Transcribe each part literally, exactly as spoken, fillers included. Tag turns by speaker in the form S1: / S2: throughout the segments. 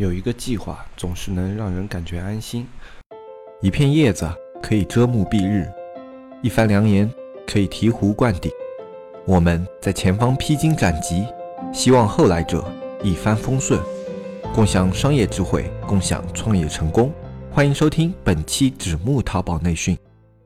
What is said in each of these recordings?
S1: 有一个计划总是能让人感觉安心。一片叶子可以遮目蔽日，一番良言可以醍醐灌顶。我们在前方披荆斩棘，希望后来者一帆风顺，共享商业智慧，共享创业成功。欢迎收听本期纸木淘宝内训。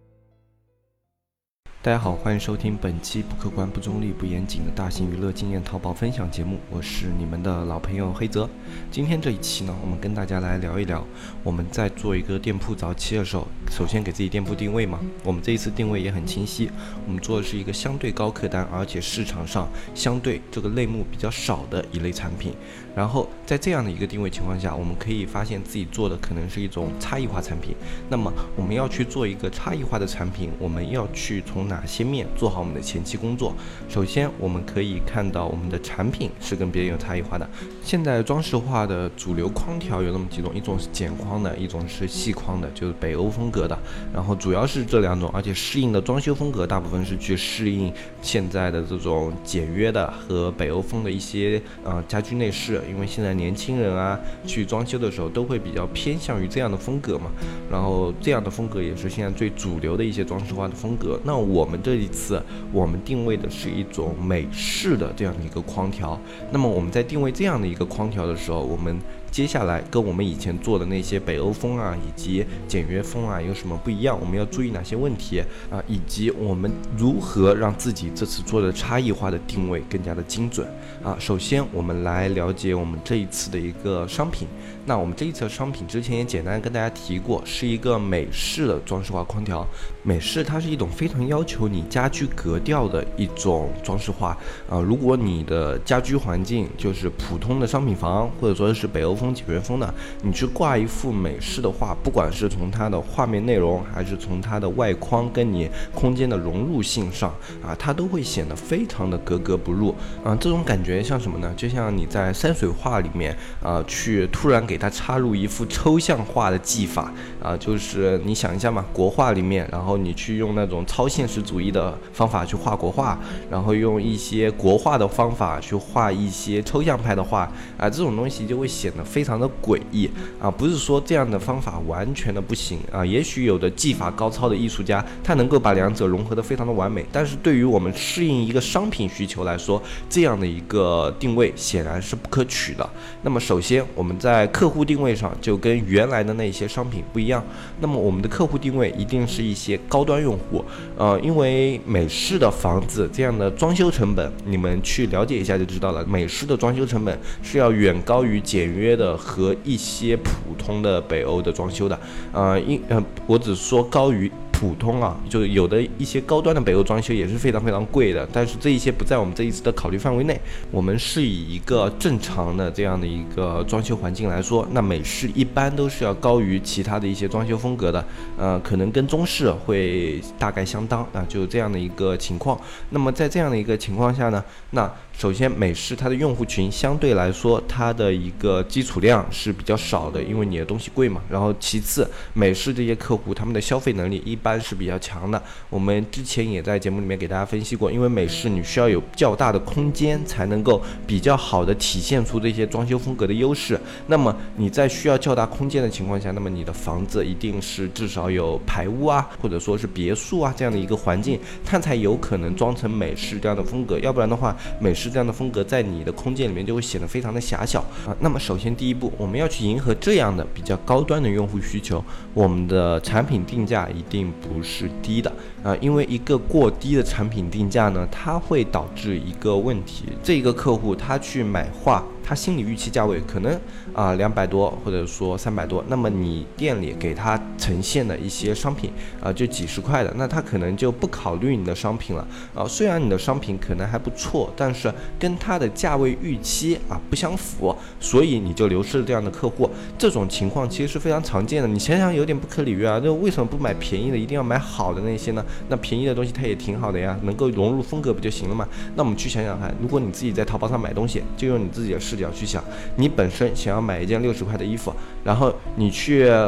S1: 大家好，欢迎收听本期不客观、不中立、不严谨的大型娱乐经验淘宝分享节目，我是你们的老朋友黑泽。今天这一期呢，我们跟大家来聊一聊，我们在做一个店铺早期的时候，首先给自己店铺定位嘛。我们这一次定位也很清晰，我们做的是一个相对高客单，而且市场上相对这个类目比较少的一类产品。然后在这样的一个定位情况下，我们可以发现自己做的可能是一种差异化产品。那么我们要去做一个差异化的产品，我们要去从哪些面做好我们的前期工作？首先我们可以看到我们的产品是跟别人有差异化的。现在装饰画的主流框条有那么几种，一种是简框的，一种是细框的，就是北欧风格的，然后主要是这两种，而且适应的装修风格大部分是去适应现在的这种简约的和北欧风的一些呃家居内饰，因为现在年轻人啊去装修的时候都会比较偏向于这样的风格嘛，然后这样的风格也是现在最主流的一些装饰画的风格。那我们这一次我们定位的是一种美式的这样的一个框条。那么我们在定位这样的一个框条的时候，我们接下来跟我们以前做的那些北欧风啊以及简约风啊有什么不一样？我们要注意哪些问题啊？以及我们如何让自己这次做的差异化的定位更加的精准啊？首先我们来了解我们这一次的一个商品。那我们这一次的商品之前也简单跟大家提过，是一个美式的装饰画框条。美式它是一种非常要求你家居格调的一种装饰画啊。如果你的家居环境就是普通的商品房，或者说是北欧风、简约风的，你去挂一幅美式的画，不管是从它的画面内容，还是从它的外框跟你空间的融入性上啊，它都会显得非常的格格不入啊。这种感觉像什么呢？就像你在山水画里面啊，去突然给它插入一幅抽象画的技法啊，就是你想一下嘛，国画里面，然后你去用那种超现实主义的方法去画国画，然后用一些国画的方法去画一些抽象派的画啊，这种东西就会显得非常的诡异啊。不是说这样的方法完全的不行啊，也许有的技法高超的艺术家，他能够把两者融合得非常的完美，但是对于我们适应一个商品需求来说，这样的一个定位显然是不可取的。那么首先我们在客户定位上就跟原来的那些商品不一样，那么我们的客户定位一定是一些高端用户，呃，因为美式的房子这样的装修成本，你们去了解一下就知道了，美式的装修成本是要远高于简约的和一些普通的北欧的装修的，呃，因呃，我只说高于普通啊，就有的一些高端的北欧装修也是非常非常贵的，但是这一些不在我们这一次的考虑范围内。我们是以一个正常的这样的一个装修环境来说，那美式一般都是要高于其他的一些装修风格的，呃，可能跟中式会大概相当啊，就这样的一个情况。那么在这样的一个情况下呢，那首先美式它的用户群相对来说它的一个基础量是比较少的，因为你的东西贵嘛。然后其次，美式这些客户他们的消费能力一般是比较强的，我们之前也在节目里面给大家分析过，因为美式你需要有较大的空间才能够比较好的体现出这些装修风格的优势。那么你在需要较大空间的情况下，那么你的房子一定是至少有排屋啊，或者说是别墅啊这样的一个环境，它才有可能装成美式这样的风格，要不然的话美式这样的风格在你的空间里面就会显得非常的狭小啊。那么首先第一步，我们要去迎合这样的比较高端的用户需求，我们的产品定价一定不是低的啊，因为一个过低的产品定价呢，它会导致一个问题，这个客户他去买画，他心理预期价位可能啊两百多或者说三百多，那么你店里给他呈现的一些商品啊就几十块的，那他可能就不考虑你的商品了啊。虽然你的商品可能还不错，但是跟他的价位预期啊不相符，所以你就流失了这样的客户。这种情况其实是非常常见的，你想想有点不可理喻啊，就为什么不买便宜的，一定要买好的那些呢？那便宜的东西它也挺好的呀，能够融入风格不就行了嘛？那我们去想想看，如果你自己在淘宝上买东西，就用你自己的视角去想，你本身想要买一件六十块的衣服，然后你去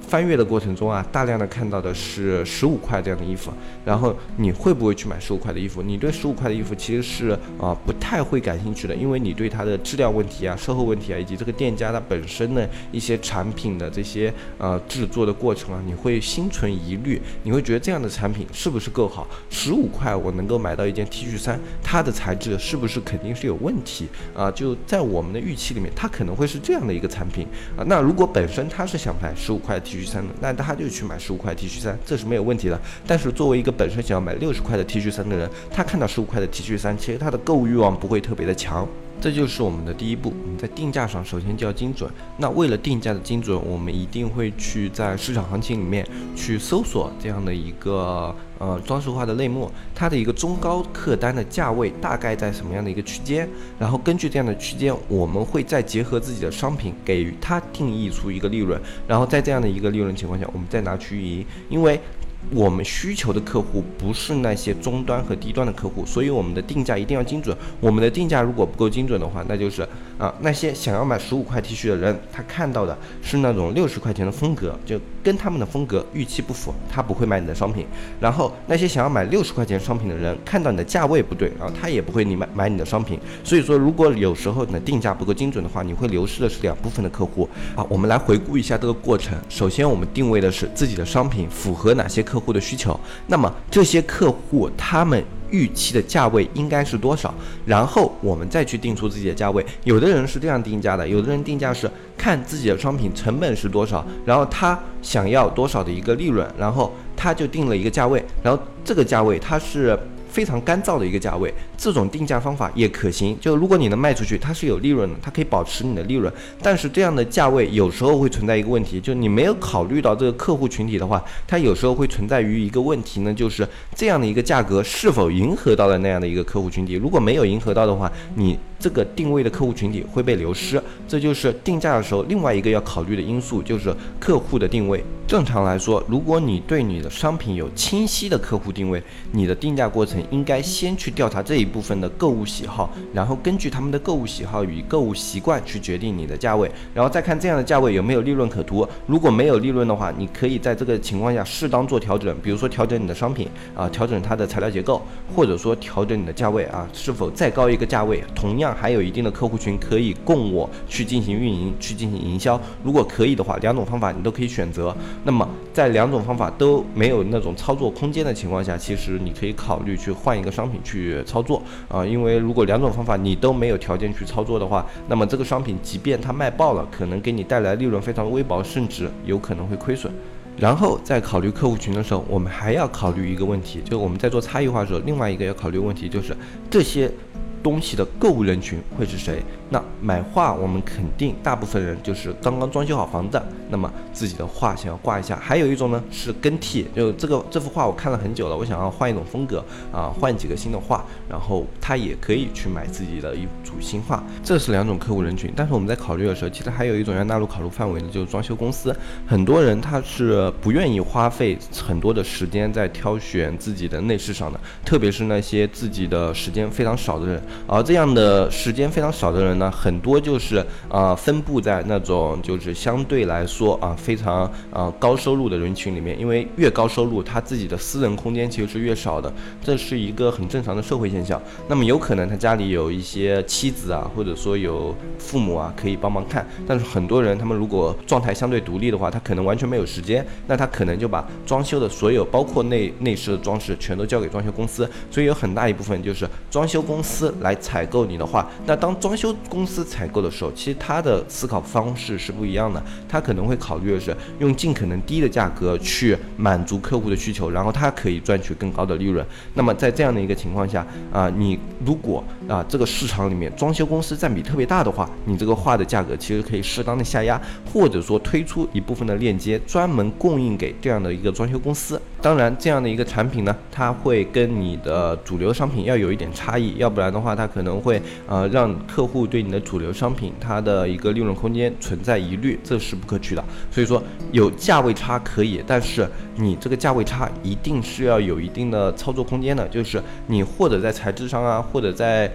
S1: 翻阅的过程中啊，大量的看到的是十五块这样的衣服，然后你会不会去买十五块的衣服？你对十五块的衣服其实是啊、呃、不太会感兴趣的，因为你对它的质量问题啊、售后问题啊，以及这个店家它本身的一些产品的这些呃制作的过程啊，你会心存疑虑，你会觉得这样的产品是不是够好？十五块我能够买到一件 T 恤衫，它的材质是不是肯定是有问题啊、呃？就在我们的预期里面，它可能会是这样的一个产品啊。那如果本身他是想买十五块 T 恤衫的，那他就去买十五块 T 恤衫，这是没有问题的。但是作为一个本身想要买六十块的 T 恤衫的人，他看到十五块的 T 恤衫，其实他的购物欲望不会特别的强。这就是我们的第一步，我们在定价上首先就要精准。那为了定价的精准，我们一定会去在市场行情里面去搜索这样的一个呃装饰画的类目，它的一个中高客单的价位大概在什么样的一个区间，然后根据这样的区间，我们会再结合自己的商品给予它定义出一个利润，然后在这样的一个利润情况下，我们再拿去运营，因为我们需求的客户不是那些中端和低端的客户，所以我们的定价一定要精准。我们的定价如果不够精准的话，那就是啊，那些想要买十五块 T 恤的人，他看到的是那种六十块钱的风格，就跟他们的风格预期不符，他不会买你的商品。然后那些想要买六十块钱商品的人，看到你的价位不对，然后他也不会你买买你的商品。所以说，如果有时候你的定价不够精准的话，你会流失的是两部分的客户。好，我们来回顾一下这个过程。首先，我们定位的是自己的商品符合哪些客户的需求，那么这些客户他们预期的价位应该是多少，然后我们再去定出自己的价位。有的人是这样定价的，有的人定价是看自己的商品成本是多少，然后他想要多少的一个利润，然后他就定了一个价位，然后这个价位它是非常干燥的一个价位，这种定价方法也可行。就如果你能卖出去，它是有利润的，它可以保持你的利润。但是这样的价位有时候会存在一个问题，就你没有考虑到这个客户群体的话，它有时候会存在于一个问题呢，就是这样的一个价格是否迎合到了那样的一个客户群体。如果没有迎合到的话，你这个定位的客户群体会被流失。这就是定价的时候另外一个要考虑的因素，就是客户的定位。正常来说，如果你对你的商品有清晰的客户定位，你的定价过程应该先去调查这一部分的购物喜好，然后根据他们的购物喜好与购物习惯去决定你的价位，然后再看这样的价位有没有利润可图。如果没有利润的话，你可以在这个情况下适当做调整，比如说调整你的商品啊，调整它的材料结构，或者说调整你的价位啊，是否再高一个价位，同样还有一定的客户群可以供我去进行运营，去进行营销。如果可以的话，两种方法你都可以选择。那么在两种方法都没有那种操作空间的情况下，其实你可以考虑去换一个商品去操作啊、呃，因为如果两种方法你都没有条件去操作的话，那么这个商品即便它卖爆了，可能给你带来利润非常微薄，甚至有可能会亏损。然后在考虑客户群的时候，我们还要考虑一个问题，就是我们在做差异化的时候，另外一个要考虑的问题就是这些东西的购物人群会是谁？那买画我们肯定大部分人就是刚刚装修好房子，那么自己的画想要挂一下。还有一种呢是更替，就这个这幅画我看了很久了，我想要换一种风格啊，换几个新的画，然后他也可以去买自己的一组新画。这是两种客户人群。但是我们在考虑的时候，其实还有一种要纳入考虑范围的，就是装修公司。很多人他是不愿意花费很多的时间在挑选自己的内饰上的，特别是那些自己的时间非常少的人。而这样的时间非常少的人呢，很多就是啊、呃、分布在那种就是相对来说啊、呃、非常啊、呃、高收入的人群里面，因为越高收入，他自己的私人空间其实是越少的，这是一个很正常的社会现象。那么有可能他家里有一些妻子啊，或者说有父母啊可以帮忙看，但是很多人他们如果状态相对独立的话，他可能完全没有时间，那他可能就把装修的所有包括内内饰的装饰全都交给装修公司，所以有很大一部分就是装修公司来采购你的画。那当装修公司采购的时候，其实他的思考方式是不一样的，他可能会考虑的是用尽可能低的价格去满足客户的需求，然后他可以赚取更高的利润。那么在这样的一个情况下啊、呃，你如果啊、呃、这个市场里面装修公司占比特别大的话，你这个画的价格其实可以适当的下压，或者说推出一部分的链接专门供应给这样的一个装修公司。当然这样的一个产品呢，它会跟你的主流商品要有一点差异，要不然的话它可能会呃让客户对你的主流商品它的一个利润空间存在疑虑，这是不可取的。所以说有价位差可以，但是你这个价位差一定是要有一定的操作空间的，就是你或者在材质上啊，或者在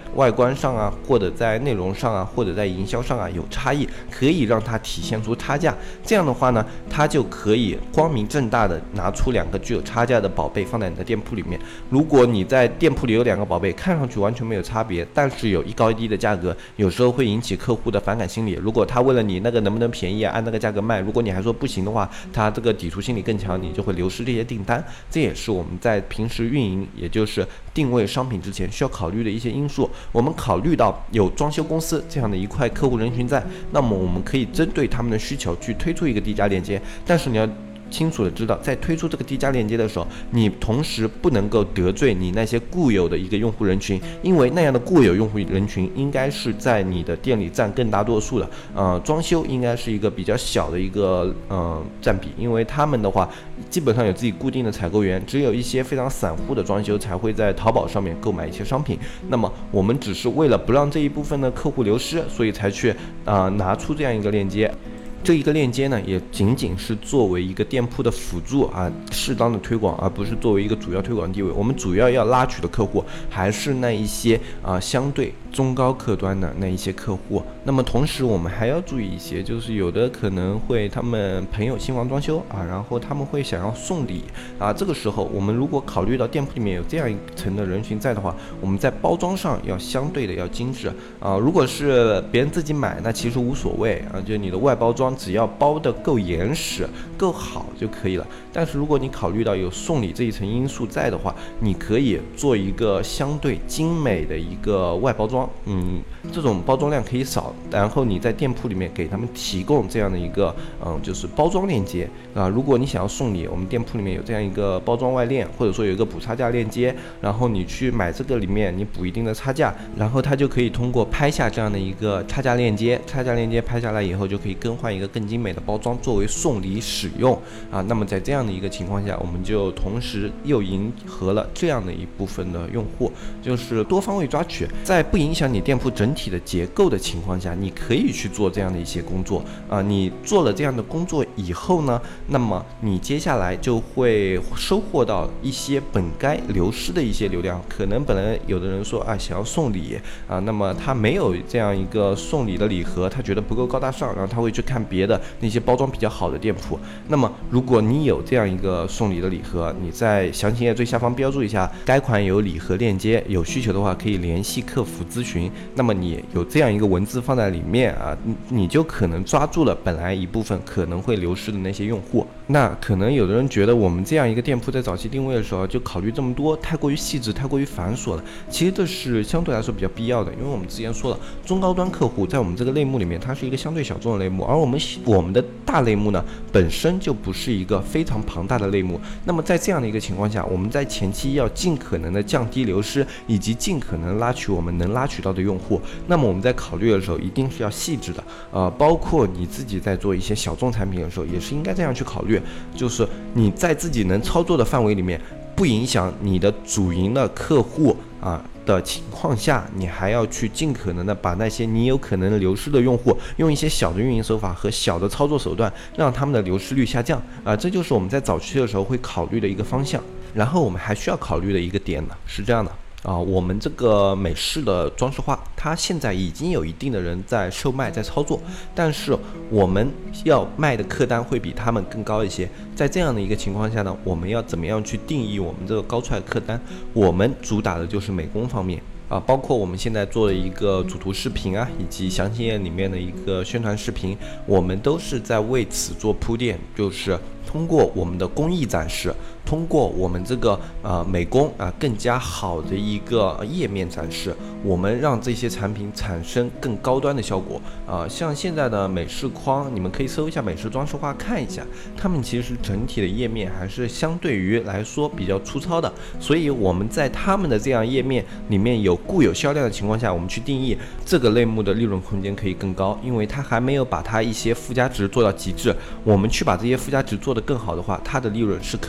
S1: 外观上啊，或者在内容上啊，或者在营销上啊有差异，可以让它体现出差价。这样的话呢，它就可以光明正大的拿出两个具有差价的宝贝放在你的店铺里面。如果你在店铺里有两个宝贝，看上去完全没有差别，但是有一高一低的价格，有时候会引起客户的反感心理。如果他为了你那个能不能便宜啊，按那个价格卖，如果你还说不行的话，他这个抵触心理更强，你就会流失这些订单。这也是我们在平时运营，也就是定位商品之前需要考虑的一些因素。我们考虑到有装修公司这样的一块客户人群在，那么我们可以针对他们的需求去推出一个低价链接，但是你要清楚的知道，在推出这个低价链接的时候，你同时不能够得罪你那些固有的一个用户人群，因为那样的固有用户人群应该是在你的店里占更大多数的，呃，装修应该是一个比较小的一个呃占比，因为他们的话基本上有自己固定的采购员，只有一些非常散户的装修才会在淘宝上面购买一些商品。那么我们只是为了不让这一部分的客户流失，所以才去啊、呃、拿出这样一个链接。这一个链接呢，也仅仅是作为一个店铺的辅助啊，适当的推广，而不是作为一个主要推广地位。我们主要要拉取的客户还是那一些啊相对中高客端的那一些客户。那么同时我们还要注意一些，就是有的可能会他们朋友新房装修啊，然后他们会想要送礼啊，这个时候我们如果考虑到店铺里面有这样一层的人群在的话，我们在包装上要相对的要精致啊。如果是别人自己买，那其实无所谓啊，就你的外包装只要包得够严实够好就可以了。但是如果你考虑到有送礼这一层因素在的话，你可以做一个相对精美的一个外包装，嗯，这种包装量可以少，然后你在店铺里面给他们提供这样的一个嗯，就是包装链接啊。如果你想要送礼，我们店铺里面有这样一个包装外链，或者说有一个补差价链接，然后你去买这个里面你补一定的差价，然后他就可以通过拍下这样的一个差价链接，差价链接拍下来以后就可以更换一个更精美的包装作为送礼使用啊。那么在这样的一个情况下，我们就同时又迎合了这样的一部分的用户，就是多方位抓取，在不影响你店铺整体的结构的情况下，你可以去做这样的一些工作啊。你做了这样的工作以后呢，那么你接下来就会收获到一些本该流失的一些流量。可能本来有的人说啊想要送礼啊，那么他没有这样一个送礼的礼盒，他觉得不够高大上，然后他会去看别的那些包装比较好的店铺。那么如果你有这样一个送礼的礼盒，你在详情页最下方标注一下该款有礼盒链接，有需求的话可以联系客服咨询。那么你有这样一个文字放在里面啊，你你就可能抓住了本来一部分可能会流失的那些用户。那可能有的人觉得我们这样一个店铺在早期定位的时候就考虑这么多，太过于细致，太过于繁琐了。其实这是相对来说比较必要的，因为我们之前说了，中高端客户在我们这个类目里面，它是一个相对小众的类目，而我们我们的大类目呢本身就不是一个非常庞大的类目。那么在这样的一个情况下，我们在前期要尽可能的降低流失，以及尽可能拉取我们能拉取到的用户。那么我们在考虑的时候一定是要细致的，呃，包括你自己在做一些小众产品的时候，也是应该这样去考虑，就是你在自己能操作的范围里面，不影响你的主营的客户啊的情况下，你还要去尽可能的把那些你有可能流失的用户，用一些小的运营手法和小的操作手段，让他们的流失率下降啊，这就是我们在早期的时候会考虑的一个方向。然后我们还需要考虑的一个点呢，是这样的。啊，我们这个美式的装饰画，它现在已经有一定的人在售卖，在操作，但是我们要卖的客单会比他们更高一些。在这样的一个情况下呢，我们要怎么样去定义我们这个高出来的客单？我们主打的就是美工方面啊，包括我们现在做的一个主图视频啊，以及详情页里面的一个宣传视频，我们都是在为此做铺垫，就是通过我们的工艺展示，通过我们这个呃美工啊、呃、更加好的一个页面展示，我们让这些产品产生更高端的效果啊、呃。像现在的美式框，你们可以搜一下美式装饰画看一下，他们其实整体的页面还是相对于来说比较粗糙的，所以我们在他们的这样页面里面有固有销量的情况下，我们去定义这个类目的利润空间可以更高，因为它还没有把它一些附加值做到极致。我们去把这些附加值做得更好的话，它的利润是可以被我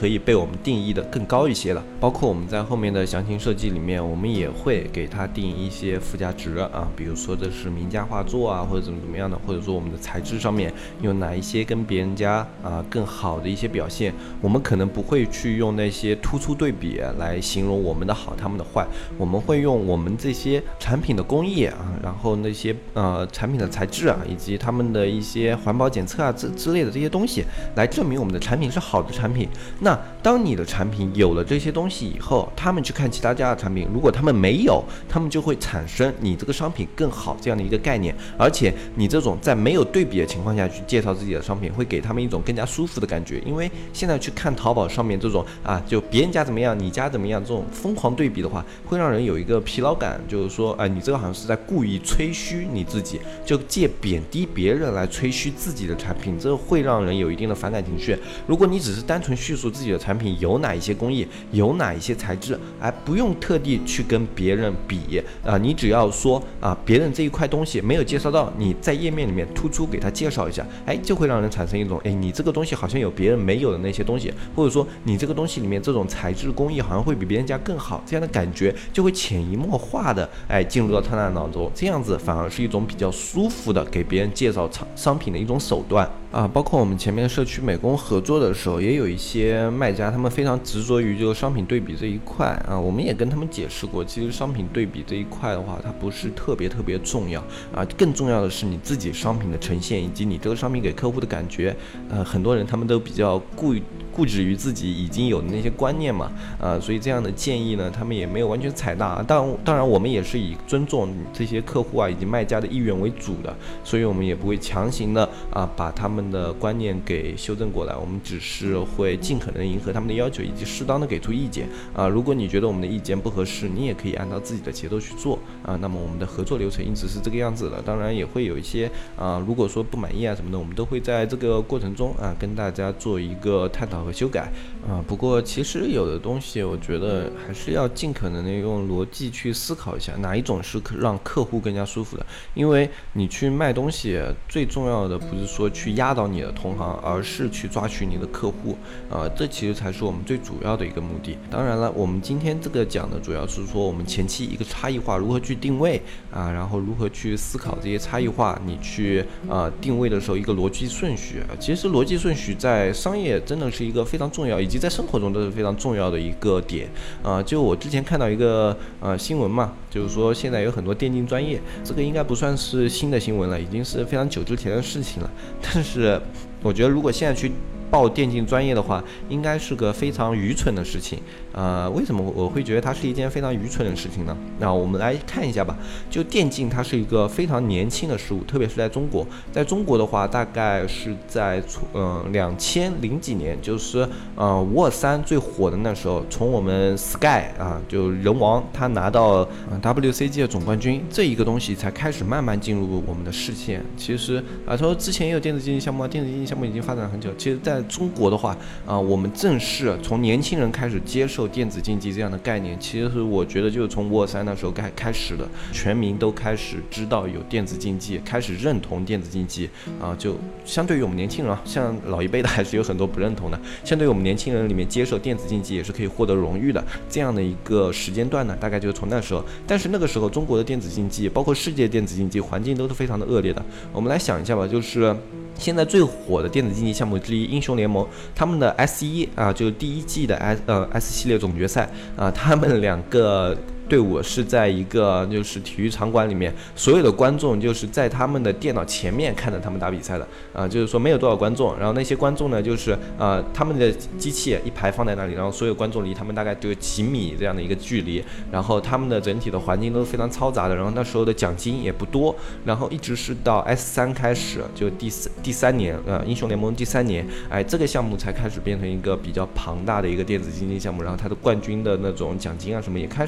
S1: 我们定义的更高一些了。包括我们在后面的详情设计里面，我们也会给它定一些附加值啊，比如说这是名家画作啊，或者怎么怎么样的，或者说我们的材质上面有哪一些跟别人家啊更好的一些表现，我们可能不会去用那些突出对比来形容我们的好，他们的坏，我们会用我们这些产品的工艺啊，然后那些呃产品的材质啊，以及他们的一些环保检测啊之之类的这些东西来证明我们的产品是好的产品。那当你的产品有了这些东西以后，他们去看其他家的产品，如果他们没有，他们就会产生你这个商品更好这样的一个概念。而且你这种在没有对比的情况下去介绍自己的商品，会给他们一种更加舒服的感觉。因为现在去看淘宝上面这种啊，就别人家怎么样，你家怎么样，这种疯狂对比的话，会让人有一个疲劳感，就是说，啊，你这个好像是在故意吹嘘你自己，就借贬低别人来吹嘘自己的产品，这会让人有一定的反感情绪。如果你只是单纯叙述自己的产品有哪一些工艺，有哪一些材质，哎，不用特地去跟别人比啊，你只要说啊，别人这一块东西没有介绍到，你在页面里面突出给他介绍一下，哎，就会让人产生一种，哎，你这个东西好像有别人没有的那些东西，或者说你这个东西里面这种材质工艺好像会比别人家更好，这样的感觉就会潜移默化的哎进入到他的脑中，这样子反而是一种比较舒服的给别人介绍商品的一种手段啊。包括我们前面社区美工合作的时候，也有一些卖家他们非常执着于这个商品对比这一块啊，我们也跟他们解释过，其实商品对比这一块的话，它不是特别特别重要啊，更重要的是你自己商品的呈现以及你这个商品给客户的感觉。呃，很多人他们都比较固固执于自己已经有的那些观念嘛，啊，所以这样的建议呢，他们也没有完全采纳。当然，当然我们也是以尊重这些客户啊以及卖家的意愿为主的，所以我们也不会强行的啊把他们的观念给修正过来，我们只是会尽可能迎合他们的要求，以及适当的给出意见啊。如果你觉得我们的意见不合适，你也可以按照自己的节奏去做啊。那么我们的合作流程一直是这个样子的，当然也会有一些啊，如果说不满意啊什么的，我们都会在这个过程中啊跟大家做一个探讨和修改啊。不过其实有的东西，我觉得还是要尽可能的用逻辑去思考一下，哪一种是让客户更加舒服的。因为你去卖东西，最重要的不是说去压倒你的同行，而是去抓取你的客户啊，这其实才是我们最主要的一个目的。当然了，我们今天这个讲的主要是说我们前期一个差异化如何去定位啊，然后如何去思考这些差异化，你去啊定位的时候一个逻辑顺序。其实逻辑顺序在商业真的是一个非常重要，以及在生活中都是非常重要的一个点啊。就我之前看到一个呃新闻嘛，就是说现在有很多电竞专业，这个应该不算是新的新闻了，已经是非常久之前的事情了。但是我觉得如果现在去报电竞专业的话，应该是个非常愚蠢的事情。呃，为什么我会觉得它是一件非常愚蠢的事情呢？那我们来看一下吧。就电竞，它是一个非常年轻的事物，特别是在中国。在中国的话，大概是在嗯两千零几年，就是呃五二三最火的那时候，从我们 Sky 啊，就人王他拿到、呃、W C G 的总冠军，这一个东西才开始慢慢进入我们的视线。其实啊，他说之前也有电子竞技项目啊，电子竞技项目已经发展很久。其实，在中国的话啊、呃，我们正式从年轻人开始接受电子竞技这样的概念，其实我觉得就是从五二三那时候开开始的，全民都开始知道有电子竞技，开始认同电子竞技啊、呃。就相对于我们年轻人啊，像老一辈的还是有很多不认同的。相对于我们年轻人里面接受电子竞技也是可以获得荣誉的这样的一个时间段呢，大概就是从那时候。但是那个时候中国的电子竞技，包括世界电子竞技环境都是非常的恶劣的。我们来想一下吧，就是现在最火的电子竞技项目之一英雄联盟，他们的 S 一 啊，就是第一季的 S 呃 S 系列总决赛啊，他们两个队伍是在一个就是体育场馆里面，所有的观众就是在他们的电脑前面看着他们打比赛的啊，就是说没有多少观众，然后那些观众呢就是呃他们的机器一排放在那里，然后所有观众离他们大概就几米这样的一个距离，然后他们的整体的环境都是非常嘈杂的，然后那时候的奖金也不多，然后一直是到 S 三 开始，就第四第三年呃英雄联盟第三年，哎这个项目才开始变成一个比较庞大的一个电子竞技项目，然后它的冠军的那种奖金啊什么也开始慢慢的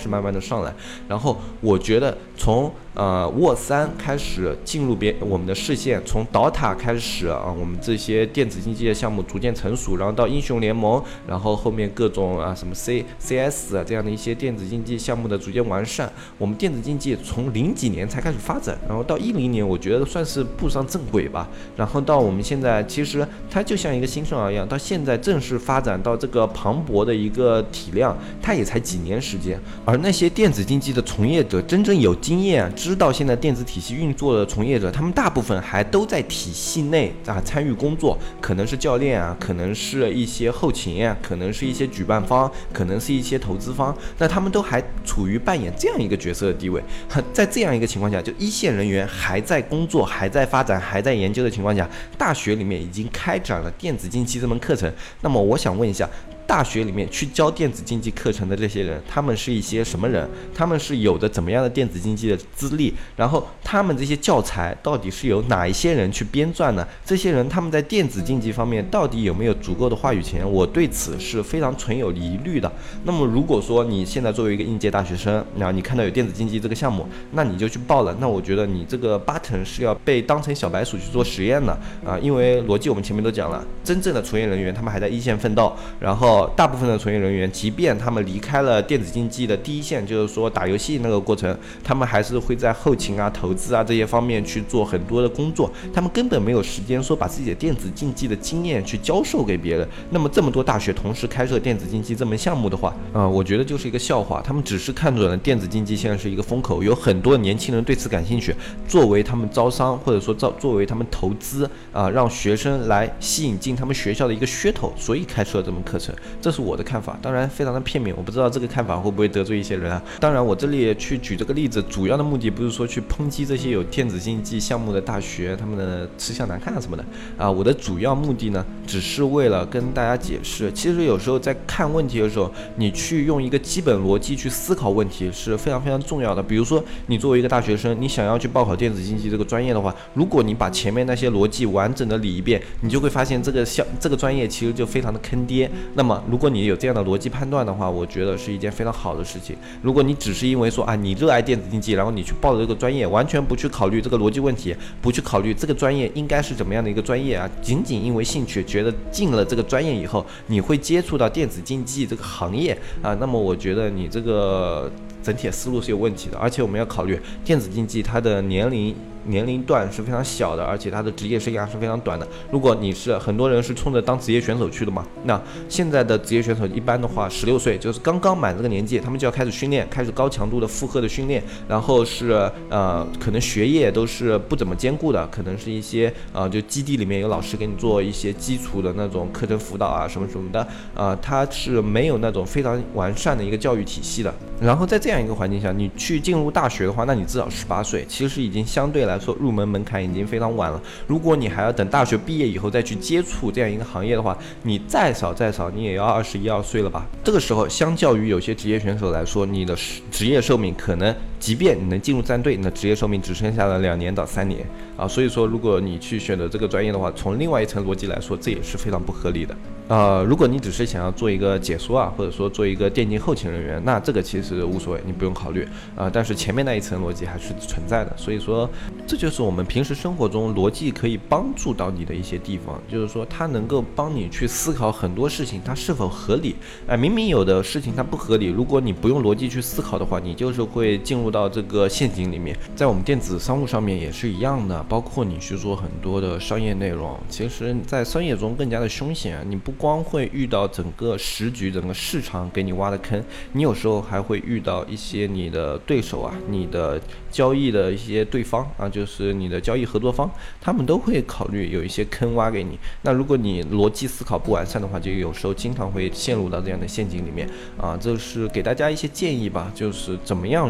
S1: 上来。然后我觉得从呃沃三开始进入别我们的视线，从 D O T A 开始啊，我们这些电子竞技的项目逐渐成熟，然后到英雄联盟，然后后面各种啊什么 C C S 啊这样的一些电子竞技项目的逐渐完善，我们电子竞技从零几年才开始发展，然后到一零年我觉得算是步上正轨吧，然后到我们现在其实它就像一个新生儿一样，到现在正式发展到这个磅礴的一个体量，它也才几年时间。而那些电子竞技的从业者，真正有经验知道现在电子体系运作的从业者，他们大部分还都在体系内啊参与工作，可能是教练啊，可能是一些后勤啊，可能是一些举办方，可能是一些投资方，那他们都还处于扮演这样一个角色的地位。在这样一个情况下，就一线人员还在工作，还在发展，还在研究的情况下，大学里面已经开展了电子竞技这门课程。那么我想问一下，大学里面去教电子竞技课程的这些人，他们是一些什么人？他们是有着怎么样的电子竞技的资历？然后他们这些教材到底是由哪一些人去编撰呢？这些人他们在电子竞技方面到底有没有足够的话语权？我对此是非常存有疑虑的。那么如果说你现在作为一个应届大学生，然后你看到有电子竞技这个项目，那你就去报了，那我觉得你这个八成是要被当成小白鼠去做实验的啊！因为逻辑我们前面都讲了，真正的从业人员他们还在一线奋斗，然后大部分的从业人员，即便他们离开了电子竞技的第一线，就是说打游戏那个过程，他们还是会在后勤啊、投资啊这些方面去做很多的工作，他们根本没有时间说把自己的电子竞技的经验去教授给别人。那么这么多大学同时开设电子竞技这门项目的话，啊、呃，我觉得就是一个笑话。他们只是看准了电子竞技现在是一个风口，有很多年轻人对此感兴趣，作为他们招商或者说造作为他们投资啊、呃，让学生来吸引进他们学校的一个噱头，所以开设这门课程。这是我的看法，当然非常的片面，我不知道这个看法会不会得罪一些人啊。当然我这里去举这个例子，主要的目的不是说去抨击这些有电子竞技项目的大学他们的吃相难看啊什么的啊，我的主要目的呢，只是为了跟大家解释，其实有时候在看问题的时候，你去用一个基本逻辑去思考问题是非常非常重要的。比如说你作为一个大学生，你想要去报考电子竞技这个专业的话，如果你把前面那些逻辑完整的理一遍，你就会发现这个项这个专业其实就非常的坑爹。那么如果你有这样的逻辑判断的话，我觉得是一件非常好的事情。如果你只是因为说啊你热爱电子竞技，然后你去报了这个专业，完全不去考虑这个逻辑问题，不去考虑这个专业应该是怎么样的一个专业啊，仅仅因为兴趣觉得进了这个专业以后你会接触到电子竞技这个行业啊，那么我觉得你这个整体的思路是有问题的。而且我们要考虑电子竞技它的年龄年龄段是非常小的，而且他的职业生涯是非常短的。如果你是很多人是冲着当职业选手去的嘛，那现在的职业选手一般的话十六岁就是刚刚满这个年纪，他们就要开始训练，开始高强度的负荷的训练，然后是呃可能学业都是不怎么兼顾的，可能是一些呃就基地里面有老师给你做一些基础的那种课程辅导啊什么什么的，呃他是没有那种非常完善的一个教育体系的。然后在这样一个环境下，你去进入大学的话，那你至少十八岁，其实已经相对来说入门门槛已经非常晚了。如果你还要等大学毕业以后再去接触这样一个行业的话，你再少再少你也要二十一二岁了吧。这个时候相较于有些职业选手来说，你的职业寿命可能即便你能进入战队，你的职业寿命只剩下了两年到三年啊。所以说如果你去选择这个专业的话，从另外一层逻辑来说，这也是非常不合理的。呃，如果你只是想要做一个解说啊，或者说做一个电竞后勤人员，那这个其实无所谓，你不用考虑啊、呃。但是前面那一层逻辑还是存在的，所以说这就是我们平时生活中逻辑可以帮助到你的一些地方，就是说它能够帮你去思考很多事情它是否合理。哎、呃，明明有的事情它不合理，如果你不用逻辑去思考的话，你就是会进入到这个陷阱里面。在我们电子商务上面也是一样的，包括你去做很多的商业内容，其实在商业中更加的凶险，你不光会遇到整个时局整个市场给你挖的坑，你有时候还会遇到一些你的对手啊，你的交易的一些对方啊，就是你的交易合作方，他们都会考虑有一些坑挖给你。那如果你逻辑思考不完善的话，就有时候经常会陷入到这样的陷阱里面啊。这是给大家一些建议吧，就是怎么样用逻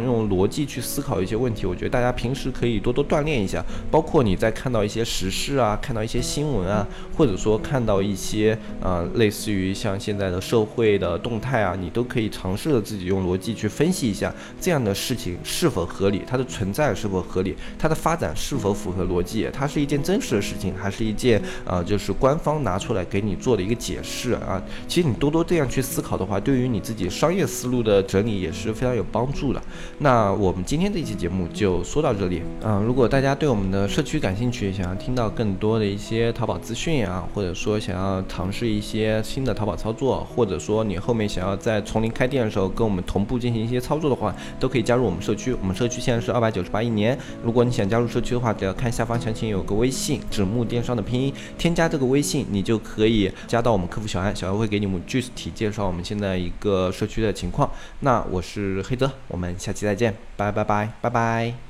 S1: 逻辑去思考一些问题，我觉得大家平时可以多多锻炼一下。包括你在看到一些时事啊，看到一些新闻啊，或者说看到一些呃类似于像现在的社会的动态啊，你都可以尝试着自己用逻辑去分析一下这样的事情是否合理，它的存在是否合理，它的发展是否符合逻辑，它是一件真实的事情，还是一件呃就是官方拿出来给你做的一个解释啊。其实你多多这样去思考的话，对于你自己商业思路的整理也是非常有帮助的。那我们今天这期节目就说到这里啊、呃。如果大家对我们的社区感兴趣，想要听到更多的一些淘宝资讯啊，或者说想要尝试一些新的淘宝操作，或者说你后面想要在从零开店的时候跟我们同步进行一些操作的话，都可以加入我们社区。我们社区现在是二百九十八一年，如果你想加入社区的话，只要看下方详情有个微信，指木电商的拼音，添加这个微信，你就可以加到我们客服小安，小安会给你们具体介绍我们现在一个社区的情况。那我是黑泽，我们下期再见，拜拜拜拜拜。